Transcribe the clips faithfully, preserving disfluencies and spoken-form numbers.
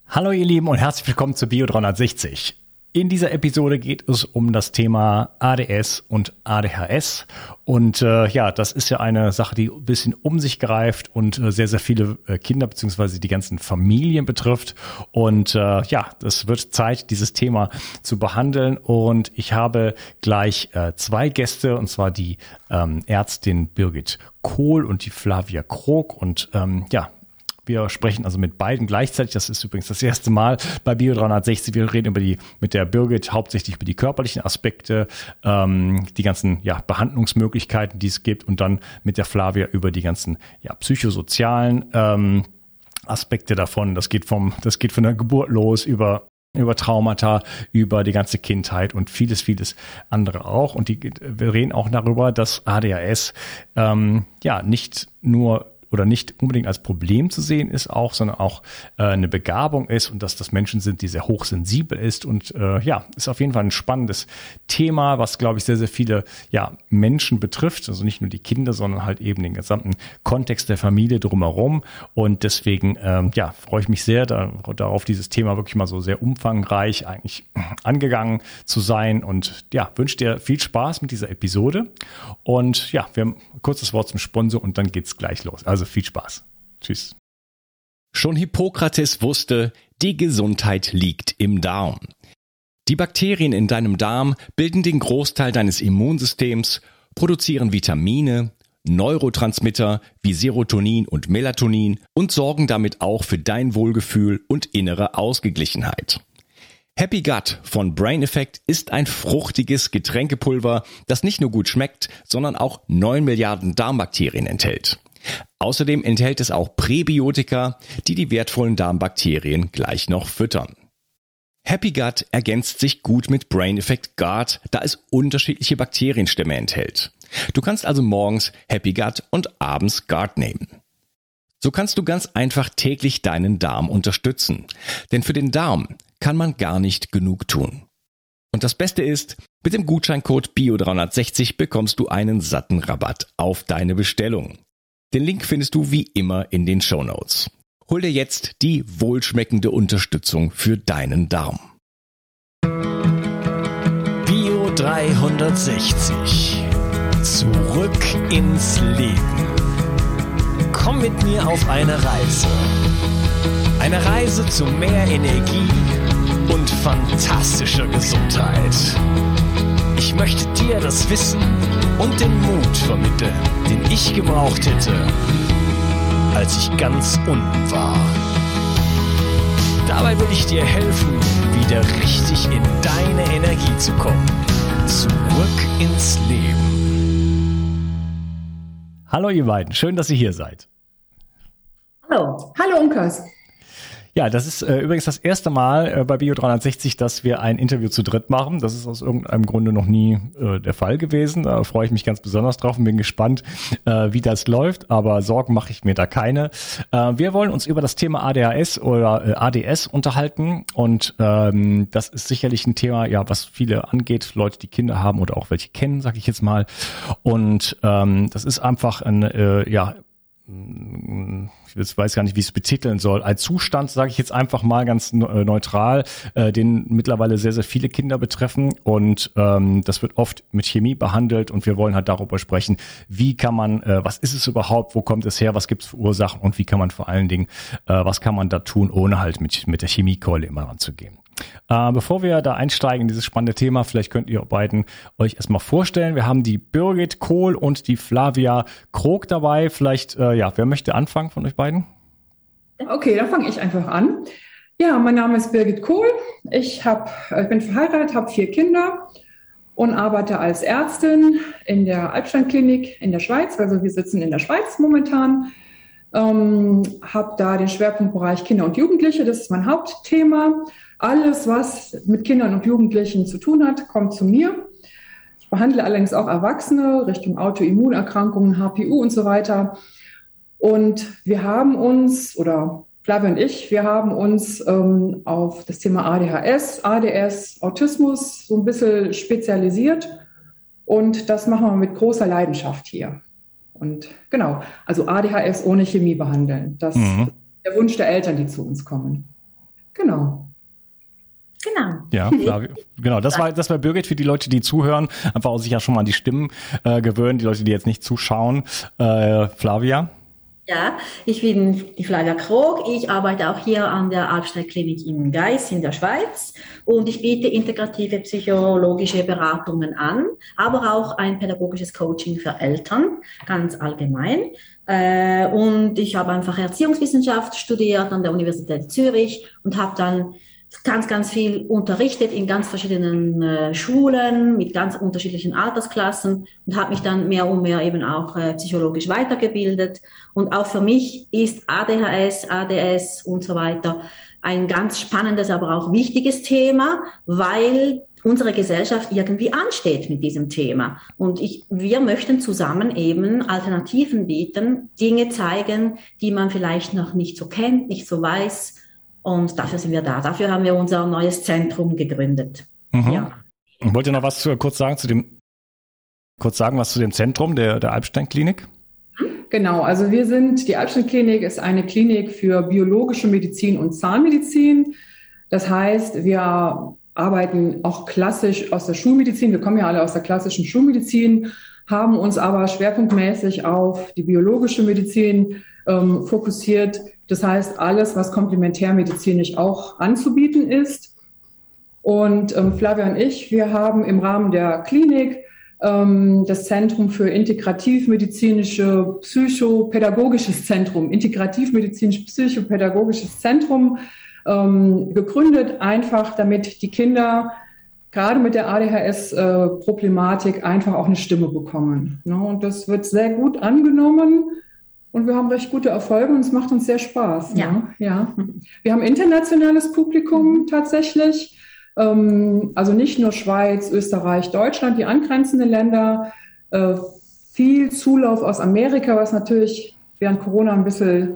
Hallo ihr Lieben und herzlich willkommen zu Bio dreihundertsechzig. In dieser Episode geht es um das Thema A D S und A D H S und äh, ja, das ist ja eine Sache, die ein bisschen um sich greift und äh, sehr, sehr viele äh, Kinder beziehungsweise die ganzen Familien betrifft und äh, ja, es wird Zeit, dieses Thema zu behandeln und ich habe gleich äh, zwei Gäste und zwar die ähm, Ärztin Birgit Kohl und die Flavia Krog und ähm, ja, wir sprechen also mit beiden gleichzeitig. Das ist übrigens das erste Mal bei Bio dreihundertsechzig. Wir reden über die mit der Birgit hauptsächlich über die körperlichen Aspekte, ähm, die ganzen ja, Behandlungsmöglichkeiten, die es gibt, und dann mit der Flavia über die ganzen ja, psychosozialen ähm, Aspekte davon. Das geht vom, das geht von der Geburt los über über Traumata, über die ganze Kindheit und vieles, vieles andere auch. Und die, wir reden auch darüber, dass A D H S ähm, ja nicht nur oder nicht unbedingt als Problem zu sehen ist auch, sondern auch äh, eine Begabung ist und dass das Menschen sind, die sehr hochsensibel ist und äh, ja, ist auf jeden Fall ein spannendes Thema, was, glaube ich, sehr, sehr viele ja Menschen betrifft, also nicht nur die Kinder, sondern halt eben den gesamten Kontext der Familie drumherum und deswegen ähm, ja, freue ich mich sehr da, darauf, dieses Thema wirklich mal so sehr umfangreich eigentlich angegangen zu sein und ja, wünsche dir viel Spaß mit dieser Episode und ja, wir haben ein kurzes Wort zum Sponsor und dann geht's gleich los. Also viel Spaß. Tschüss. Schon Hippokrates wusste, die Gesundheit liegt im Darm. Die Bakterien in deinem Darm bilden den Großteil deines Immunsystems, produzieren Vitamine, Neurotransmitter wie Serotonin und Melatonin und sorgen damit auch für dein Wohlgefühl und innere Ausgeglichenheit. Happy Gut von Brain Effect ist ein fruchtiges Getränkepulver, das nicht nur gut schmeckt, sondern auch neun Milliarden Darmbakterien enthält. Außerdem enthält es auch Präbiotika, die die wertvollen Darmbakterien gleich noch füttern. Happy Gut ergänzt sich gut mit Brain Effect Guard, da es unterschiedliche Bakterienstämme enthält. Du kannst also morgens Happy Gut und abends Guard nehmen. So kannst du ganz einfach täglich deinen Darm unterstützen, denn für den Darm kann man gar nicht genug tun. Und das Beste ist, mit dem Gutscheincode Bio dreihundertsechzig bekommst du einen satten Rabatt auf deine Bestellung. Den Link findest du wie immer in den Shownotes. Hol dir jetzt die wohlschmeckende Unterstützung für deinen Darm. Bio dreihundertsechzig. Zurück ins Leben. Komm mit mir auf eine Reise. Eine Reise zu mehr Energie und fantastischer Gesundheit. Ich möchte dir das Wissen und den Mut vermitteln, den ich gebraucht hätte, als ich ganz unten war. Dabei will ich dir helfen, wieder richtig in deine Energie zu kommen. Zurück ins Leben. Hallo ihr beiden, schön, dass ihr hier seid. Hallo, hallo Unkas. Ja, das ist äh, übrigens das erste Mal äh, bei Bio dreihundertsechzig, dass wir ein Interview zu dritt machen. Das ist aus irgendeinem Grunde noch nie äh, der Fall gewesen. Da freue ich mich ganz besonders drauf und bin gespannt, äh, wie das läuft. Aber Sorgen mache ich mir da keine. Äh, wir wollen uns über das Thema A D H S oder äh, A D S unterhalten. Und ähm, das ist sicherlich ein Thema, ja, was viele angeht. Leute, die Kinder haben oder auch welche kennen, sage ich jetzt mal. Und ähm, das ist einfach ein, äh, ja, ich weiß gar nicht, wie ich es betiteln soll, ein Zustand, sage ich jetzt einfach mal ganz neutral, äh, den mittlerweile sehr, sehr viele Kinder betreffen und ähm, das wird oft mit Chemie behandelt und wir wollen halt darüber sprechen, wie kann man, äh, was ist es überhaupt, wo kommt es her, was gibt es für Ursachen und wie kann man vor allen Dingen, äh, was kann man da tun, ohne halt mit, mit der Chemiekeule immer ranzugehen. Äh, bevor wir da einsteigen in dieses spannende Thema, vielleicht könnt ihr beiden euch erstmal vorstellen. Wir haben die Birgit Kohl und die Flavia Krog dabei. Vielleicht, äh, ja, wer möchte anfangen von euch beiden? Okay, dann fange ich einfach an. Ja, mein Name ist Birgit Kohl. Ich, hab, ich bin verheiratet, habe vier Kinder und arbeite als Ärztin in der Albstein-Klinik in der Schweiz. Also wir sitzen in der Schweiz momentan. Ähm, habe da den Schwerpunktbereich Kinder und Jugendliche. Das ist mein Hauptthema. Alles, was mit Kindern und Jugendlichen zu tun hat, kommt zu mir. Ich behandle allerdings auch Erwachsene Richtung Autoimmunerkrankungen, H P U und so weiter. Und wir haben uns, oder Flavia und ich, wir haben uns ähm, auf das Thema A D H S, A D S, Autismus so ein bisschen spezialisiert. Und das machen wir mit großer Leidenschaft hier. Und genau, also A D H S ohne Chemie behandeln. Das mhm. ist der Wunsch der Eltern, die zu uns kommen. Genau. Genau. Ja, Flavia, genau. Das war, das war Birgit für die Leute, die zuhören. Einfach auch sich ja schon mal an die Stimmen äh, gewöhnen, die Leute, die jetzt nicht zuschauen. Äh, Flavia? Ja, ich bin die Flavia Krog. Ich arbeite auch hier an der Albsteinklinik in Geiss in der Schweiz und ich biete integrative psychologische Beratungen an, aber auch ein pädagogisches Coaching für Eltern, ganz allgemein. Äh, und ich habe einfach Erziehungswissenschaft studiert an der Universität Zürich und habe dann ganz, ganz viel unterrichtet in ganz verschiedenen äh, Schulen mit ganz unterschiedlichen Altersklassen und habe mich dann mehr und mehr eben auch äh, psychologisch weitergebildet. Und auch für mich ist A D H S, A D S und so weiter ein ganz spannendes, aber auch wichtiges Thema, weil unsere Gesellschaft irgendwie ansteht mit diesem Thema. Und ich, wir möchten zusammen eben Alternativen bieten, Dinge zeigen, die man vielleicht noch nicht so kennt, nicht so weiß. Und dafür sind wir da. Dafür haben wir unser neues Zentrum gegründet. Mhm. Ja. Wollt ihr noch was zu, kurz sagen zu dem, kurz sagen was zu dem Zentrum der, der Albstein-Klinik? Genau, also wir sind, die Albstein-Klinik ist eine Klinik für biologische Medizin und Zahnmedizin. Das heißt, wir arbeiten auch klassisch aus der Schulmedizin. Wir kommen ja alle aus der klassischen Schulmedizin, haben uns aber schwerpunktmäßig auf die biologische Medizin ähm, fokussiert. Das heißt, alles, was komplementärmedizinisch auch anzubieten ist. Und ähm, Flavia und ich, wir haben im Rahmen der Klinik ähm, das Zentrum für integrativmedizinische psychopädagogisches Zentrum, integrativmedizinisch-psychopädagogisches Zentrum ähm, gegründet, einfach damit die Kinder gerade mit der A D H S-Problematik äh, einfach auch eine Stimme bekommen. Ne? Und das wird sehr gut angenommen. Und wir haben recht gute Erfolge und es macht uns sehr Spaß. Ja. Ne? Ja. Wir haben internationales Publikum tatsächlich. Ähm, also nicht nur Schweiz, Österreich, Deutschland, die angrenzenden Länder. Äh, viel Zulauf aus Amerika, was natürlich während Corona ein bisschen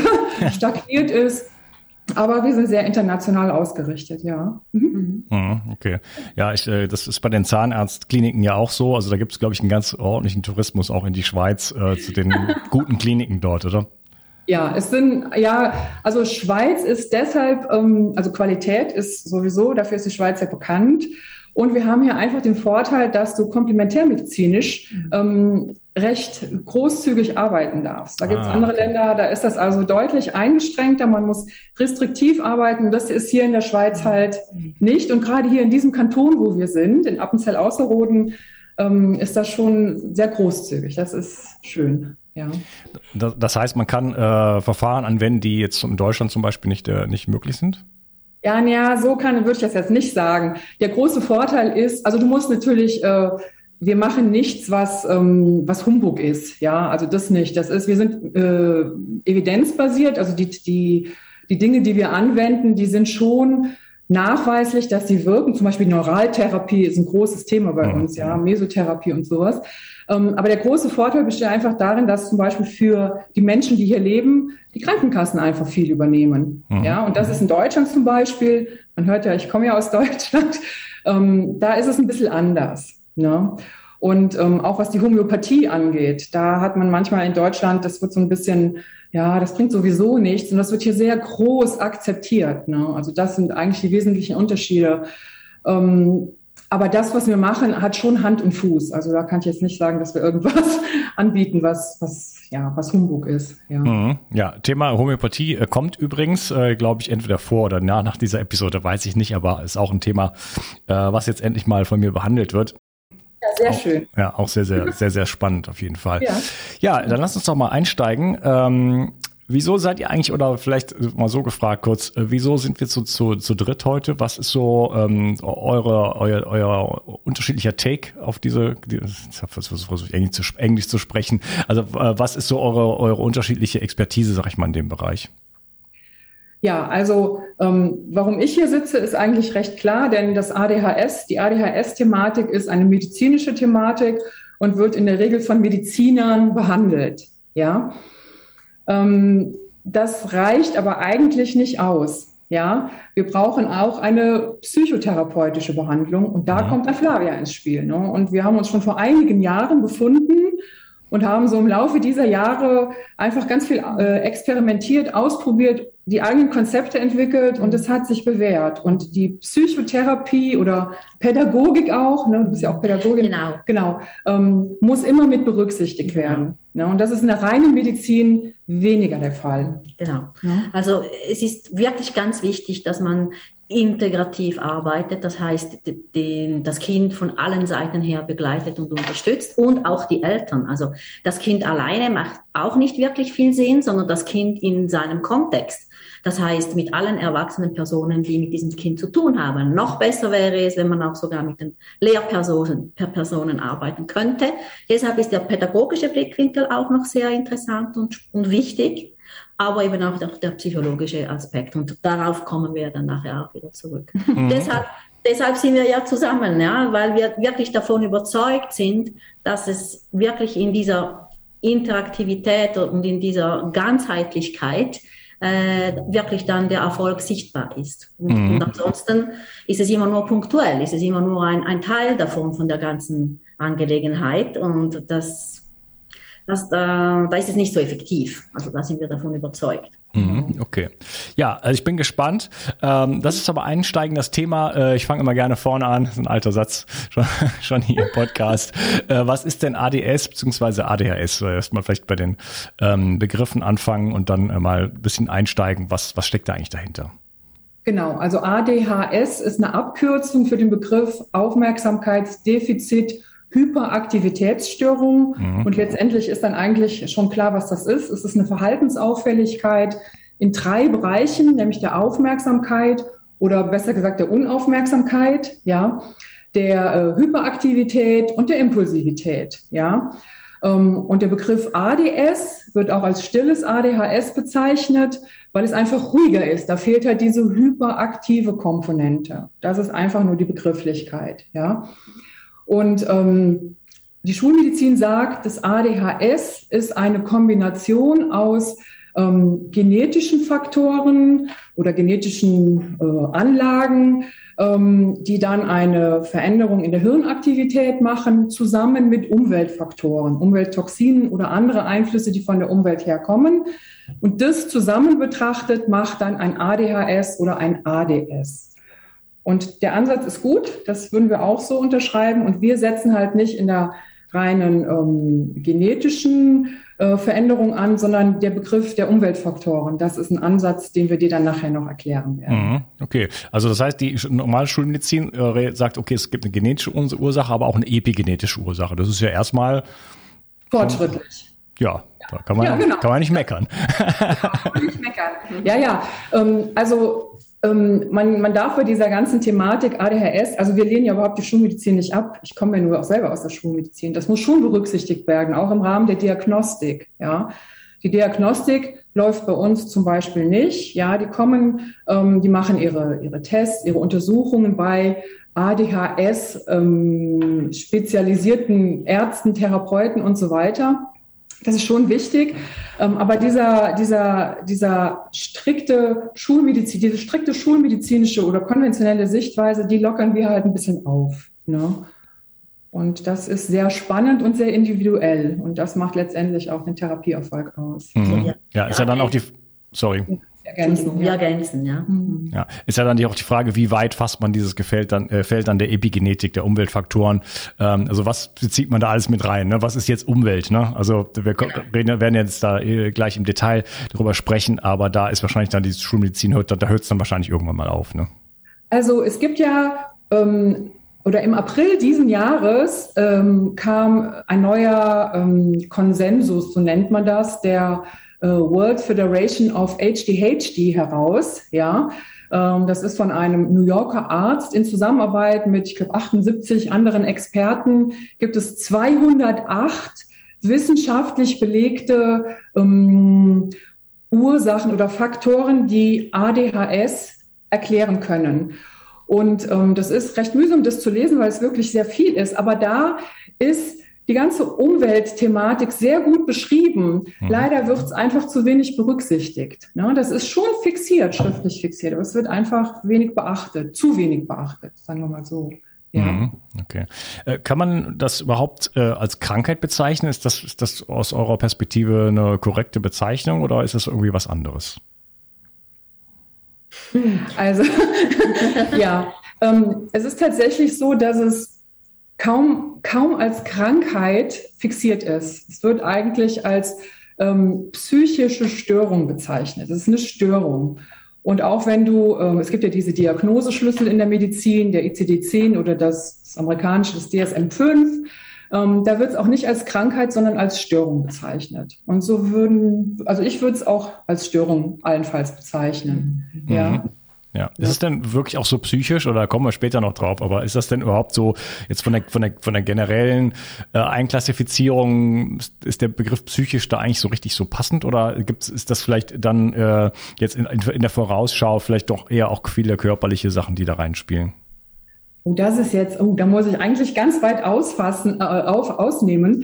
stagniert ist. Aber wir sind sehr international ausgerichtet, ja. Mhm. Okay. Ja, ich, das ist bei den Zahnarztkliniken ja auch so. Also da gibt es, glaube ich, einen ganz ordentlichen Tourismus auch in die Schweiz äh, zu den guten Kliniken dort, oder? Ja, es sind, ja, also Schweiz ist deshalb, ähm, also Qualität ist sowieso, dafür ist die Schweiz ja bekannt. Und wir haben hier einfach den Vorteil, dass du komplementärmedizinisch ähm, recht großzügig arbeiten darfst. Da gibt es ah, andere okay. Länder, da ist das also deutlich eingeschränkter. Man muss restriktiv arbeiten. Das ist hier in der Schweiz halt nicht. Und gerade hier in diesem Kanton, wo wir sind, in Appenzell-Ausserrhoden, ähm, ist das schon sehr großzügig. Das ist schön. Ja. Das, das heißt, man kann äh, Verfahren anwenden, die jetzt in Deutschland zum Beispiel nicht, äh, nicht möglich sind? Ja, ja, so kann, würde ich das jetzt nicht sagen. Der große Vorteil ist, also du musst natürlich, äh, wir machen nichts, was ähm, was Humbug ist. Ja, also das nicht. Das ist, wir sind äh, evidenzbasiert. Also die die die Dinge, die wir anwenden, die sind schon nachweislich, dass sie wirken. Zum Beispiel Neuraltherapie ist ein großes Thema bei uns, ja, Mesotherapie und sowas. Ähm, aber der große Vorteil besteht einfach darin, dass zum Beispiel für die Menschen, die hier leben, die Krankenkassen einfach viel übernehmen. Mhm. Ja, und das ist in Deutschland zum Beispiel. Man hört ja, ich komme ja aus Deutschland. Ähm, da ist es ein bisschen anders. Ne? Und ähm, auch was die Homöopathie angeht, da hat man manchmal in Deutschland, das wird so ein bisschen, ja, das bringt sowieso nichts. Und das wird hier sehr groß akzeptiert. Ne? Also das sind eigentlich die wesentlichen Unterschiede. Ähm, Aber das, was wir machen, hat schon Hand und Fuß. Also da kann ich jetzt nicht sagen, dass wir irgendwas anbieten, was, was, ja, was Humbug ist. Ja, mhm. Ja, Thema Homöopathie äh, kommt übrigens, äh, glaube ich, entweder vor oder nach, nach dieser Episode, weiß ich nicht, aber ist auch ein Thema, äh, was jetzt endlich mal von mir behandelt wird. Ja, sehr auch, schön. Ja, auch sehr, sehr, sehr, sehr spannend auf jeden Fall. Ja, ja, dann lass uns doch mal einsteigen. Ähm, Wieso seid ihr eigentlich, oder vielleicht mal so gefragt kurz, äh, wieso sind wir zu, zu, zu dritt heute? Was ist so ähm, eure, euer, euer unterschiedlicher Take auf diese, die, ich versuche Englisch zu, Englisch zu sprechen, also äh, was ist so eure, eure unterschiedliche Expertise, sag ich mal, in dem Bereich? Ja, also ähm, warum ich hier sitze, ist eigentlich recht klar, denn das A D H S, die A D H S-Thematik ist eine medizinische Thematik und wird in der Regel von Medizinern behandelt, ja. Das reicht aber eigentlich nicht aus. Ja, wir brauchen auch eine psychotherapeutische Behandlung und da ja. kommt dann Flavia ins Spiel. Ne? Und wir haben uns schon vor einigen Jahren befunden und haben so im Laufe dieser Jahre einfach ganz viel äh, experimentiert, ausprobiert, die eigenen Konzepte entwickelt und es hat sich bewährt. Und die Psychotherapie oder Pädagogik auch, ne, du bist ja auch Pädagogin, Genau. genau ähm, muss immer mit berücksichtigt werden. Ne? Und das ist in der reinen Medizin weniger der Fall. Genau. Ja. Also es ist wirklich ganz wichtig, dass man integrativ arbeitet, das heißt, den, das Kind von allen Seiten her begleitet und unterstützt und auch die Eltern. Also das Kind alleine macht auch nicht wirklich viel Sinn, sondern das Kind in seinem Kontext. Das heißt, mit allen erwachsenen Personen, die mit diesem Kind zu tun haben. Noch besser wäre es, wenn man auch sogar mit den Lehrpersonen per Personen arbeiten könnte. Deshalb ist der pädagogische Blickwinkel auch noch sehr interessant und, und wichtig, aber eben auch der, der psychologische Aspekt. Und darauf kommen wir dann nachher auch wieder zurück. Mhm. deshalb, deshalb sind wir ja zusammen, ja, weil wir wirklich davon überzeugt sind, dass es wirklich in dieser Interaktivität und in dieser Ganzheitlichkeit äh, wirklich dann der Erfolg sichtbar ist. Und, mhm. und ansonsten ist es immer nur punktuell, ist es immer nur ein, ein Teil davon, von der ganzen Angelegenheit. Und das Das, äh, da ist es nicht so effektiv. Also da sind wir davon überzeugt. Mhm, okay. Ja, also ich bin gespannt. Ähm, das ist aber einsteigen das Thema. Äh, ich fange immer gerne vorne an. Das ist ein alter Satz schon, schon hier im Podcast. Äh, was ist denn A D S bzw. A D H S? Erstmal vielleicht bei den ähm, Begriffen anfangen und dann äh, mal ein bisschen einsteigen. Was, was steckt da eigentlich dahinter? Genau, also A D H S ist eine Abkürzung für den Begriff Aufmerksamkeitsdefizit Hyperaktivitätsstörung. Mhm. Und letztendlich ist dann eigentlich schon klar, was das ist. Es ist eine Verhaltensauffälligkeit in drei Bereichen, nämlich der Aufmerksamkeit oder besser gesagt der Unaufmerksamkeit, ja, der äh, Hyperaktivität und der Impulsivität, ja. Ähm, und der Begriff A D S wird auch als stilles A D H S bezeichnet, weil es einfach ruhiger ist. Da fehlt halt diese hyperaktive Komponente. Das ist einfach nur die Begrifflichkeit, ja. Und ähm, die Schulmedizin sagt, das A D H S ist eine Kombination aus ähm, genetischen Faktoren oder genetischen äh, Anlagen, ähm, die dann eine Veränderung in der Hirnaktivität machen, zusammen mit Umweltfaktoren, Umwelttoxinen oder andere Einflüsse, die von der Umwelt herkommen. Und das zusammen betrachtet macht dann ein A D H S oder ein A D S. Und der Ansatz ist gut, das würden wir auch so unterschreiben. Und wir setzen halt nicht in der reinen ähm, genetischen äh, Veränderung an, sondern der Begriff der Umweltfaktoren. Das ist ein Ansatz, den wir dir dann nachher noch erklären werden. Okay, also das heißt, die normale Schulmedizin äh, sagt, okay, es gibt eine genetische Ursache, aber auch eine epigenetische Ursache. Das ist ja erstmal fortschrittlich. Ja, da kann man, ja, genau. kann man nicht meckern. Ja, kann man nicht meckern. Ja, ja, ähm, also Ähm, man, man darf bei dieser ganzen Thematik A D H S, also wir lehnen ja überhaupt die Schulmedizin nicht ab. Ich komme ja nur auch selber aus der Schulmedizin. Das muss schon berücksichtigt werden, auch im Rahmen der Diagnostik. Ja, die Diagnostik läuft bei uns zum Beispiel nicht. Ja, die kommen, ähm, die machen ihre ihre Tests, ihre Untersuchungen bei A D H S ähm, spezialisierten Ärzten, Therapeuten und so weiter. Das ist schon wichtig, aber dieser, dieser, dieser strikte Schulmedizin, diese strikte schulmedizinische oder konventionelle Sichtweise, die lockern wir halt ein bisschen auf, ne? Und das ist sehr spannend und sehr individuell und das macht letztendlich auch den Therapieerfolg aus. Mhm. Ja, ist ja dann auch die, sorry. Ergänzen, ja. ergänzen, ja. Mhm. Ja, ist ja dann auch die Frage, wie weit fasst man dieses Gefällt dann, äh, Feld dann der Epigenetik, der Umweltfaktoren. Ähm, also was bezieht man da alles mit rein? Ne? Was ist jetzt Umwelt? Ne? Also wir ja. reden, werden jetzt da äh, gleich im Detail darüber sprechen, aber da ist wahrscheinlich dann die Schulmedizin, hört, da hört es dann wahrscheinlich irgendwann mal auf. Ne? Also es gibt ja ähm, oder im April diesen Jahres ähm, kam ein neuer ähm, Konsensus, so nennt man das, der World Federation of H D H D heraus, ja. Das ist von einem New Yorker Arzt in Zusammenarbeit mit, ich glaube, achtundsiebzig anderen Experten. Gibt es zweihundertacht wissenschaftlich belegte ähm, Ursachen oder Faktoren, die A D H S erklären können. Und ähm, das ist recht mühsam, das zu lesen, weil es wirklich sehr viel ist. Aber da ist die ganze Umweltthematik sehr gut beschrieben. Mhm. Leider wird es einfach zu wenig berücksichtigt. Ne? Das ist schon fixiert, schriftlich fixiert, aber es wird einfach wenig beachtet, zu wenig beachtet, sagen wir mal so. Ja. Okay. Äh, kann man das überhaupt äh, als Krankheit bezeichnen? Ist das, ist das aus eurer Perspektive eine korrekte Bezeichnung oder ist das irgendwie was anderes? Also, ja, ähm, es ist tatsächlich so, dass es kaum, kaum als Krankheit fixiert ist. Es wird eigentlich als ähm, psychische Störung bezeichnet. Es ist eine Störung. Und auch wenn du, äh, es gibt ja diese Diagnoseschlüssel in der Medizin, der I C D zehn oder das, das amerikanische, das D S M fünf, ähm, da wird es auch nicht als Krankheit, sondern als Störung bezeichnet. Und so würden, also ich würde es auch als Störung allenfalls bezeichnen. Mhm. Ja. Ja, ist es denn wirklich auch so psychisch oder kommen wir später noch drauf, aber ist das denn überhaupt so jetzt von der von der von der generellen äh, Einklassifizierung, ist der Begriff psychisch da eigentlich so richtig so passend oder gibt's ist das vielleicht dann äh, jetzt in, in der Vorausschau vielleicht doch eher auch viele körperliche Sachen, die da reinspielen? Oh, das ist jetzt, oh, da muss ich eigentlich ganz weit ausfassen, äh, auf, ausnehmen.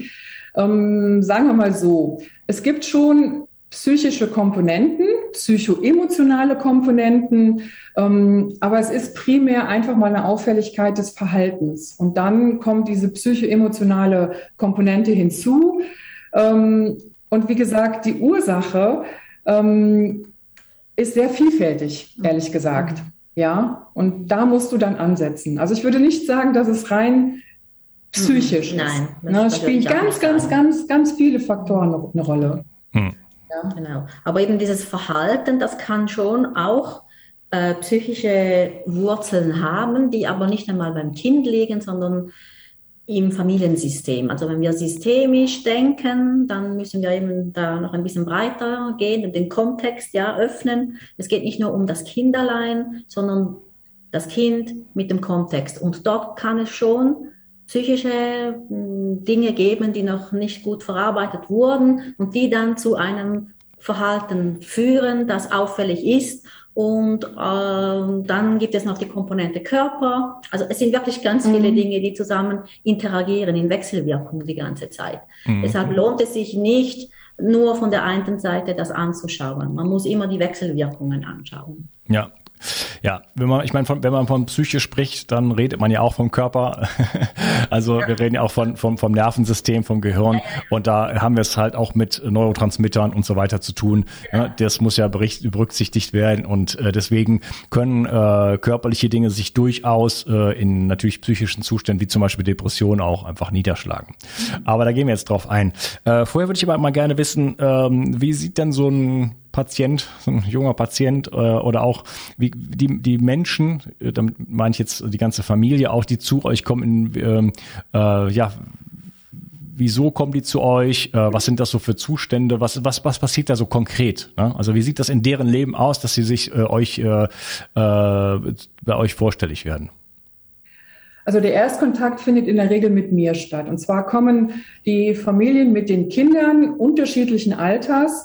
Ähm, sagen wir mal so, es gibt schon psychische Komponenten, psychoemotionale Komponenten, ähm, aber es ist primär einfach mal eine Auffälligkeit des Verhaltens. Und dann kommt diese psychoemotionale Komponente hinzu. Ähm, und wie gesagt, die Ursache ähm, ist sehr vielfältig, ehrlich gesagt. Ja, und da musst du dann ansetzen. Also ich würde nicht sagen, dass es rein psychisch Nein, ist. das Ne, es spielen ganz, ganz, ganz, ganz viele Faktoren eine, eine Rolle. Hm. Ja. Genau. Aber eben dieses Verhalten, das kann schon auch äh, psychische Wurzeln haben, die aber nicht einmal beim Kind liegen, sondern im Familiensystem. Also wenn wir systemisch denken, dann müssen wir eben da noch ein bisschen breiter gehen und den Kontext ja öffnen. Es geht nicht nur um das Kind allein, sondern das Kind mit dem Kontext. Und dort kann es schon psychische Dinge geben, die noch nicht gut verarbeitet wurden und die dann zu einem Verhalten führen, das auffällig ist. Und äh, dann gibt es noch die Komponente Körper. Also es sind wirklich ganz mhm. viele Dinge, die zusammen interagieren, in Wechselwirkung die ganze Zeit. Mhm. Deshalb lohnt es sich nicht, nur von der einen Seite das anzuschauen. Man muss immer die Wechselwirkungen anschauen. Ja. Ja, wenn man, ich meine, von, wenn man von Psyche spricht, dann redet man ja auch vom Körper. Also wir reden ja auch von, vom, vom Nervensystem, vom Gehirn. Und da haben wir es halt auch mit Neurotransmittern und so weiter zu tun. Das muss ja bericht, berücksichtigt werden. Und deswegen können äh, körperliche Dinge sich durchaus äh, in natürlich psychischen Zuständen, wie zum Beispiel Depressionen, auch einfach niederschlagen. Aber da gehen wir jetzt drauf ein. Äh, vorher würde ich aber mal gerne wissen, ähm, wie sieht denn so ein Patient, so ein junger Patient äh, oder auch wie die die Menschen, äh, damit meine ich jetzt die ganze Familie auch, die zu euch kommen, in, ähm, äh, ja, wieso kommen die zu euch? Äh, was sind das so für Zustände? Was was was passiert da so konkret? Ne? Also wie sieht das in deren Leben aus, dass sie sich äh, euch äh, äh, bei euch vorstellig werden? Also der Erstkontakt findet in der Regel mit mir statt. Und zwar kommen die Familien mit den Kindern unterschiedlichen Alters,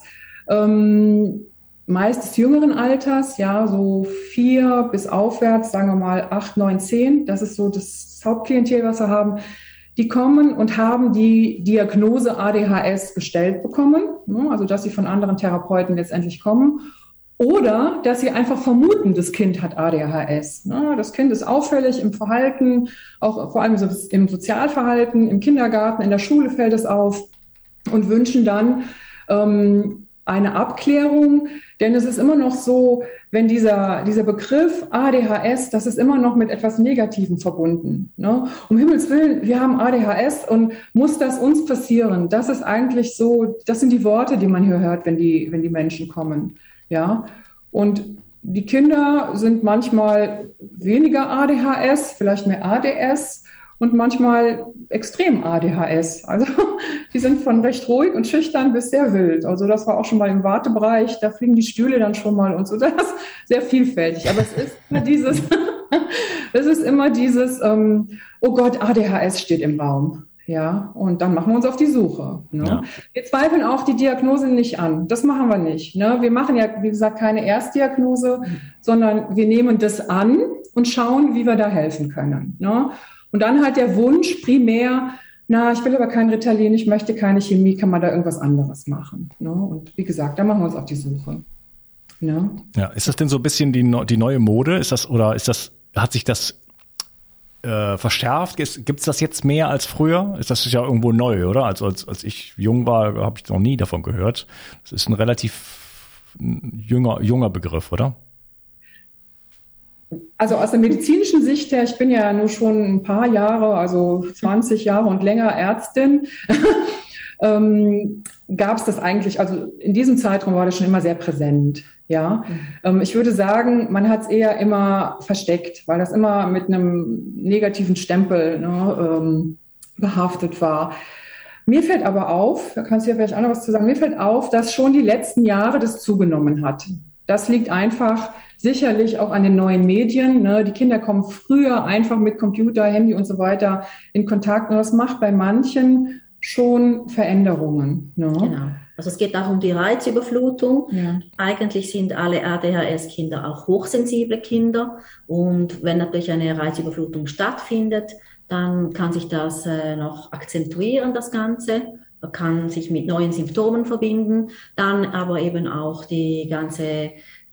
ähm, meist des jüngeren Alters, ja, so vier bis aufwärts, sagen wir mal acht, neun, zehn. Das ist so das Hauptklientel, was wir haben. Die kommen und haben die Diagnose A D H S gestellt bekommen, also dass sie von anderen Therapeuten letztendlich kommen. Oder dass sie einfach vermuten, das Kind hat A D H S. Das Kind ist auffällig im Verhalten, auch vor allem im Sozialverhalten, im Kindergarten, in der Schule fällt es auf und wünschen dann ähm, eine Abklärung. Denn es ist immer noch so, wenn dieser, dieser Begriff A D H S, das ist immer noch mit etwas Negativem verbunden. Ne? Um Himmels Willen, wir haben A D H S und muss das uns passieren? Das ist eigentlich so, das sind die Worte, die man hier hört, wenn die, wenn die Menschen kommen. Ja, und die Kinder sind manchmal weniger A D H S, vielleicht mehr A D S und manchmal extrem A D H S. Also die sind von recht ruhig und schüchtern bis sehr wild. Also das war auch schon mal im Wartebereich, da fliegen die Stühle dann schon mal und so. Das ist sehr vielfältig. Aber es ist immer dieses, es ist immer dieses, ähm, oh Gott, A D H S steht im Raum. Ja, und dann machen wir uns auf die Suche. Ne? Ja. Wir zweifeln auch die Diagnose nicht an. Das machen wir nicht. Ne? Wir machen ja, wie gesagt, keine Erstdiagnose, mhm. sondern wir nehmen das an und schauen, wie wir da helfen können. Ne? Und dann halt der Wunsch primär, na, ich will aber kein Ritalin, ich möchte keine Chemie, kann man da irgendwas anderes machen. Ne? Und wie gesagt, da machen wir uns auf die Suche. Ne? Ja, ist das denn so ein bisschen die, die neue Mode? Ist das, oder ist das, hat sich das äh, verschärft? Gibt es das jetzt mehr als früher? Ist das ja irgendwo neu, oder? Also als, als ich jung war, habe ich noch nie davon gehört. Das ist ein relativ jünger, junger Begriff, oder? Also aus der medizinischen Sicht her, ich bin ja nur schon ein paar Jahre, also zwanzig Jahre und länger Ärztin, ähm, gab es das eigentlich, also in diesem Zeitraum war das schon immer sehr präsent. Ja, mhm. ähm, ich würde sagen, man hat es eher immer versteckt, weil das immer mit einem negativen Stempel ne, ähm, behaftet war. Mir fällt aber auf, da kannst du ja vielleicht auch noch was zu sagen, mir fällt auf, dass schon die letzten Jahre das zugenommen hat. Das liegt einfach sicherlich auch an den neuen Medien. Ne? Die Kinder kommen früher einfach mit Computer, Handy und so weiter in Kontakt. Und das macht bei manchen schon Veränderungen. Ne? Genau. Also es geht auch um die Reizüberflutung. Ja. Eigentlich sind alle A D H S-Kinder auch hochsensible Kinder. Und wenn natürlich eine Reizüberflutung stattfindet, dann kann sich das äh, noch akzentuieren, das Ganze. Man kann sich mit neuen Symptomen verbinden. Dann aber eben auch die ganze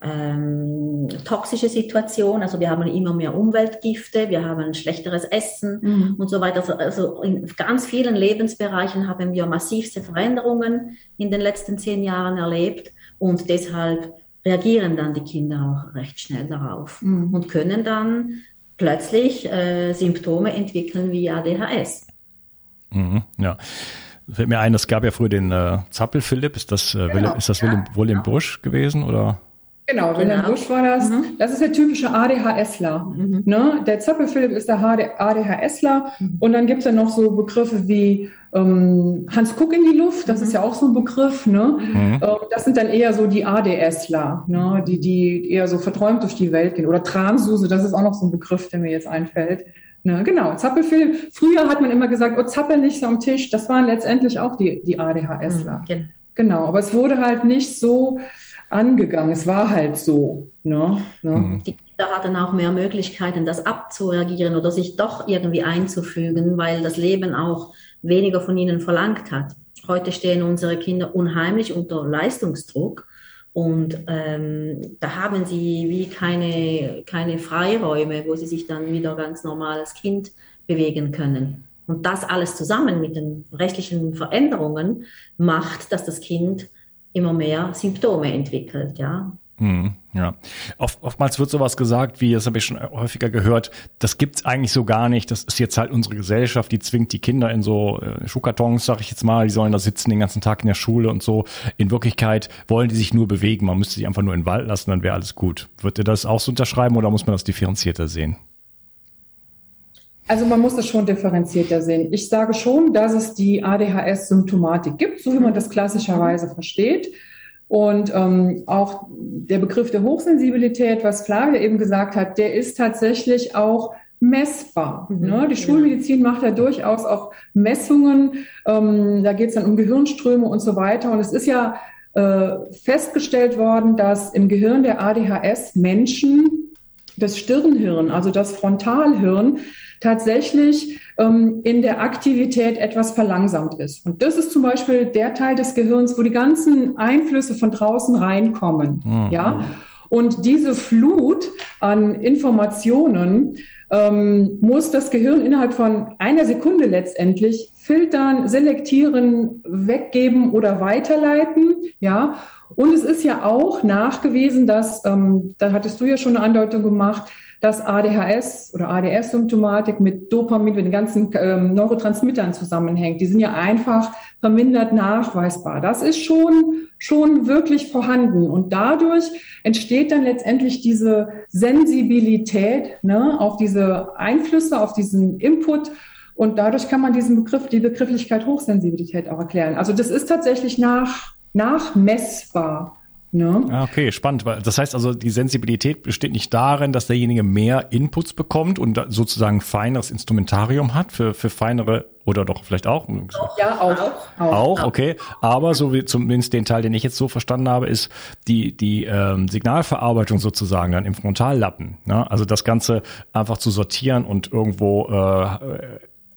Ähm, toxische Situation, also wir haben immer mehr Umweltgifte, wir haben ein schlechteres Essen mhm. und so weiter. Also, also in ganz vielen Lebensbereichen haben wir massivste Veränderungen in den letzten zehn Jahren erlebt und deshalb reagieren dann die Kinder auch recht schnell darauf mhm. und können dann plötzlich äh, Symptome entwickeln wie A D H S. Mhm, ja. Fällt mir ein, es gab ja früher den äh, Zappel-Philipp, ist das, äh, genau. ist das ja, William, William genau. Busch gewesen oder? Genau, Wilhelm genau. Busch war das. Mhm. Das ist der typische ADHSler. Mhm. Ne? Der Zappel-Philipp ist der ADHSler. Mhm. Und dann gibt es ja noch so Begriffe wie ähm, Hans Kuck in die Luft. Das mhm. ist ja auch so ein Begriff. Ne? Mhm. Ähm, das sind dann eher so die ADSler, ne? die, die eher so verträumt durch die Welt gehen. Oder Transuse, das ist auch noch so ein Begriff, der mir jetzt einfällt. Ne? Genau, Zappel-Philipp. Früher hat man immer gesagt, oh, zappel nicht so am Tisch. Das waren letztendlich auch die, die ADHSler. Mhm. Genau, aber es wurde halt nicht so angegangen. Es war halt so. Ne? Ne? Die Kinder hatten auch mehr Möglichkeiten, das abzureagieren oder sich doch irgendwie einzufügen, weil das Leben auch weniger von ihnen verlangt hat. Heute stehen unsere Kinder unheimlich unter Leistungsdruck und ähm, da haben sie wie keine, keine Freiräume, wo sie sich dann wieder ganz normal als Kind bewegen können. Und das alles zusammen mit den rechtlichen Veränderungen macht, dass das Kind immer mehr Symptome entwickelt, ja. Hm, ja. Oft, oftmals wird sowas gesagt, wie, das habe ich schon häufiger gehört, das gibt's eigentlich so gar nicht, das ist jetzt halt unsere Gesellschaft, die zwingt die Kinder in so äh, Schuhkartons, sag ich jetzt mal, die sollen da sitzen den ganzen Tag in der Schule und so. In Wirklichkeit wollen die sich nur bewegen, man müsste sie einfach nur in den Wald lassen, dann wäre alles gut. Wird ihr das auch so unterschreiben oder muss man das differenzierter sehen? Also man muss das schon differenzierter sehen. Ich sage schon, dass es die A D H S-Symptomatik gibt, so wie man das klassischerweise versteht. Und ähm, auch der Begriff der Hochsensibilität, was Flavia eben gesagt hat, der ist tatsächlich auch messbar. Mhm. Ne? Die Schulmedizin macht ja durchaus auch Messungen. Ähm, da geht es dann um Gehirnströme und so weiter. Und es ist ja äh, festgestellt worden, dass im Gehirn der A D H S-Menschen das Stirnhirn, also das Frontalhirn, tatsächlich ähm, in der Aktivität etwas verlangsamt ist. Und das ist zum Beispiel der Teil des Gehirns, wo die ganzen Einflüsse von draußen reinkommen. Mhm. Ja? Und diese Flut an Informationen ähm, muss das Gehirn innerhalb von einer Sekunde letztendlich filtern, selektieren, weggeben oder weiterleiten. Ja? Und es ist ja auch nachgewiesen, dass, ähm, da hattest du ja schon eine Andeutung gemacht, dass A D H S oder A D S-Symptomatik mit Dopamin, mit den ganzen ähm, Neurotransmittern zusammenhängt. Die sind ja einfach vermindert nachweisbar. Das ist schon, schon wirklich vorhanden. Und dadurch entsteht dann letztendlich diese Sensibilität, ne, auf diese Einflüsse, auf diesen Input. Und dadurch kann man diesen Begriff, die Begrifflichkeit Hochsensibilität auch erklären. Also das ist tatsächlich nach, nachmessbar. Ne? Ah, okay, spannend. Das heißt also, die Sensibilität besteht nicht darin, dass derjenige mehr Inputs bekommt und sozusagen ein feineres Instrumentarium hat für, für feinere oder doch vielleicht auch? Ja, auch. Auch, auch okay. Aber so wie zumindest den Teil, den ich jetzt so verstanden habe, ist die, die ähm, Signalverarbeitung sozusagen dann im Frontallappen. Ne? Also das Ganze einfach zu sortieren und irgendwo äh,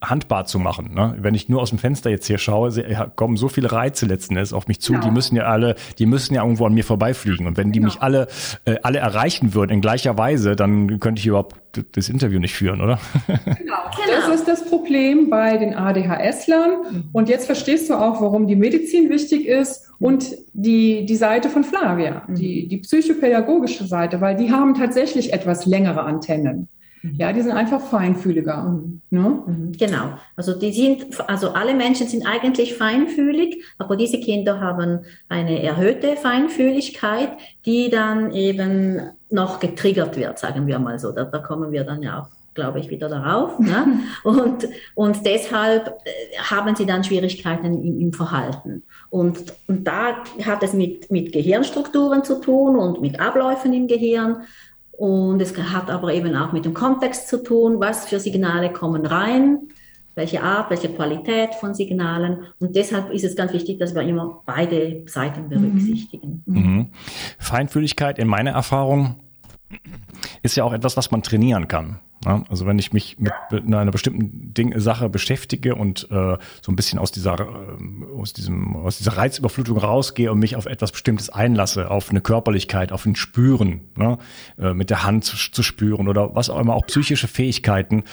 handbar zu machen. Ne? Wenn ich nur aus dem Fenster jetzt hier schaue, kommen so viele Reize letzten Endes auf mich zu, genau. die müssen ja alle, die müssen ja irgendwo an mir vorbeifliegen. Und wenn die genau. mich alle, äh, alle erreichen würden in gleicher Weise, dann könnte ich überhaupt das Interview nicht führen, oder? Genau, das ist das Problem bei den A D H S-Lern. Und jetzt verstehst du auch, warum die Medizin wichtig ist und die, die Seite von Flavia, die, die psychopädagogische Seite, weil die haben tatsächlich etwas längere Antennen. Ja, die sind einfach feinfühliger. Mhm. Ne? Genau. Also die sind, also alle Menschen sind eigentlich feinfühlig, aber diese Kinder haben eine erhöhte Feinfühligkeit, die dann eben noch getriggert wird, sagen wir mal so. Da, da kommen wir dann ja auch, glaube ich, wieder darauf. Ne? Und, und deshalb haben sie dann Schwierigkeiten im, im Verhalten. Und, und da hat es mit, mit Gehirnstrukturen zu tun und mit Abläufen im Gehirn. Und es hat aber eben auch mit dem Kontext zu tun, was für Signale kommen rein, welche Art, welche Qualität von Signalen. Und deshalb ist es ganz wichtig, dass wir immer beide Seiten berücksichtigen. Mhm. Feinfühligkeit in meiner Erfahrung ist ja auch etwas, was man trainieren kann. Ja, also wenn ich mich mit, mit einer bestimmten Ding, Sache beschäftige und äh, so ein bisschen aus dieser äh, aus diesem aus dieser Reizüberflutung rausgehe und mich auf etwas Bestimmtes einlasse, auf eine Körperlichkeit, auf ein Spüren, ne, äh, mit der Hand zu, zu spüren oder was auch immer, auch psychische Fähigkeiten,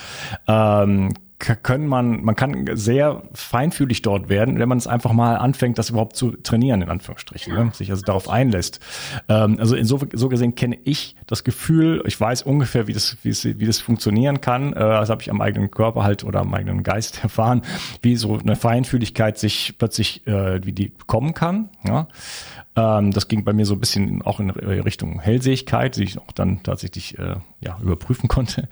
ähm, können man, man kann sehr feinfühlig dort werden, wenn man es einfach mal anfängt, das überhaupt zu trainieren, in Anführungsstrichen, ne? Sich also darauf einlässt. Ähm, also insofern, so gesehen kenne ich das Gefühl, ich weiß ungefähr, wie das, wie es, wie das funktionieren kann. Äh, das habe ich am eigenen Körper halt oder am eigenen Geist erfahren, wie so eine Feinfühligkeit sich plötzlich, äh, wie die kommen kann, ja. Ähm, das ging bei mir so ein bisschen auch in Richtung Hellsehigkeit, die ich auch dann tatsächlich äh, ja, überprüfen konnte.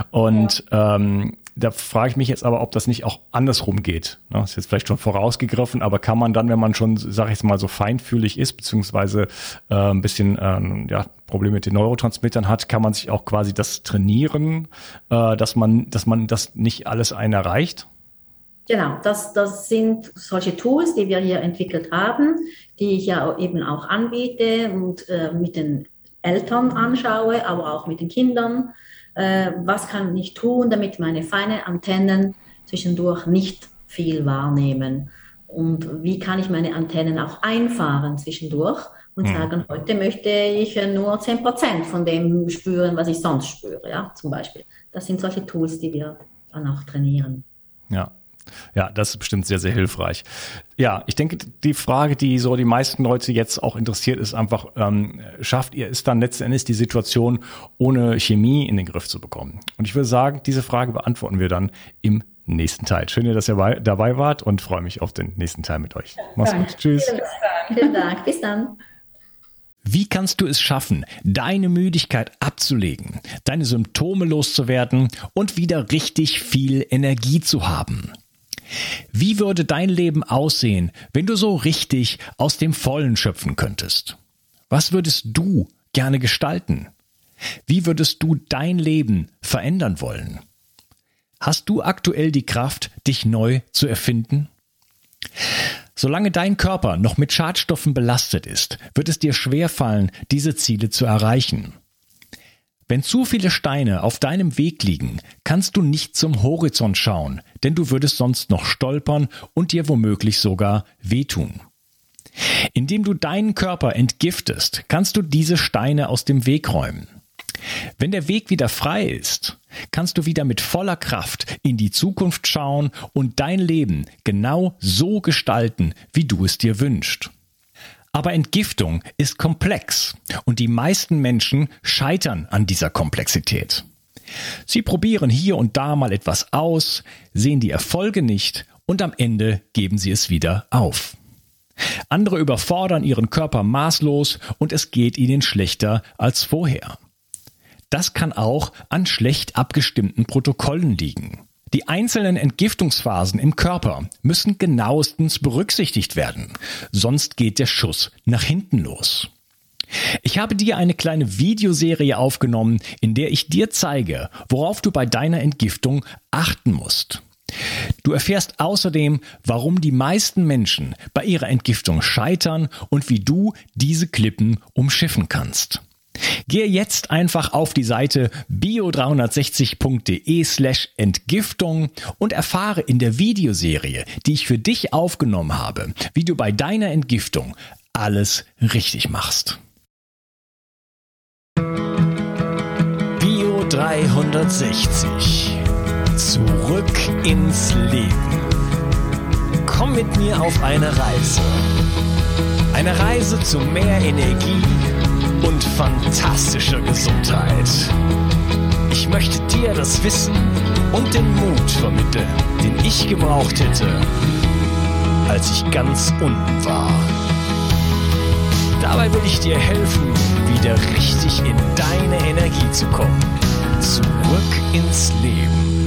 Und ja. ähm, da frage ich mich jetzt aber, ob das nicht auch andersrum geht. Ne? Ist jetzt vielleicht schon vorausgegriffen, aber kann man dann, wenn man schon, sage ich jetzt mal, so feinfühlig ist, beziehungsweise äh, ein bisschen ähm, ja, Probleme mit den Neurotransmittern hat, kann man sich auch quasi das trainieren, äh, dass man, dass man das nicht alles einen erreicht? Genau, das, das sind solche Tools, die wir hier entwickelt haben, die ich ja eben auch anbiete und äh, mit den Eltern anschaue, aber auch mit den Kindern. Äh, was kann ich tun, damit meine feinen Antennen zwischendurch nicht viel wahrnehmen? Und wie kann ich meine Antennen auch einfahren zwischendurch und hm. sagen, heute möchte ich nur zehn Prozent von dem spüren, was ich sonst spüre, ja, zum Beispiel. Das sind solche Tools, die wir dann auch trainieren. Ja. Ja, das ist bestimmt sehr, sehr hilfreich. Ja, ich denke, die Frage, die so die meisten Leute jetzt auch interessiert, ist einfach, ähm, schafft ihr es dann letzten Endes, die Situation ohne Chemie in den Griff zu bekommen? Und ich würde sagen, diese Frage beantworten wir dann im nächsten Teil. Schön, dass ihr dabei wart und freue mich auf den nächsten Teil mit euch. Mach's gut. Tschüss. Vielen Dank. Bis dann. Wie kannst du es schaffen, deine Müdigkeit abzulegen, deine Symptome loszuwerden und wieder richtig viel Energie zu haben? Wie würde dein Leben aussehen, wenn du so richtig aus dem Vollen schöpfen könntest? Was würdest du gerne gestalten? Wie würdest du dein Leben verändern wollen? Hast du aktuell die Kraft, dich neu zu erfinden? Solange dein Körper noch mit Schadstoffen belastet ist, wird es dir schwerfallen, diese Ziele zu erreichen. Wenn zu viele Steine auf deinem Weg liegen, kannst du nicht zum Horizont schauen, denn du würdest sonst noch stolpern und dir womöglich sogar wehtun. Indem du deinen Körper entgiftest, kannst du diese Steine aus dem Weg räumen. Wenn der Weg wieder frei ist, kannst du wieder mit voller Kraft in die Zukunft schauen und dein Leben genau so gestalten, wie du es dir wünschst. Aber Entgiftung ist komplex und die meisten Menschen scheitern an dieser Komplexität. Sie probieren hier und da mal etwas aus, sehen die Erfolge nicht und am Ende geben sie es wieder auf. Andere überfordern ihren Körper maßlos und es geht ihnen schlechter als vorher. Das kann auch an schlecht abgestimmten Protokollen liegen. Die einzelnen Entgiftungsphasen im Körper müssen genauestens berücksichtigt werden, sonst geht der Schuss nach hinten los. Ich habe dir eine kleine Videoserie aufgenommen, in der ich dir zeige, worauf du bei deiner Entgiftung achten musst. Du erfährst außerdem, warum die meisten Menschen bei ihrer Entgiftung scheitern und wie du diese Klippen umschiffen kannst. Gehe jetzt einfach auf die Seite bio dreihundertsechzig punkt de slash Entgiftung und erfahre in der Videoserie, die ich für dich aufgenommen habe, wie du bei deiner Entgiftung alles richtig machst. Bio dreihundertsechzig. Zurück ins Leben. Komm mit mir auf eine Reise. Eine Reise zu mehr Energie und fantastischer Gesundheit. Ich möchte dir das Wissen und den Mut vermitteln, den ich gebraucht hätte, als ich ganz unten war. Dabei will ich dir helfen, wieder richtig in deine Energie zu kommen. Zurück ins Leben.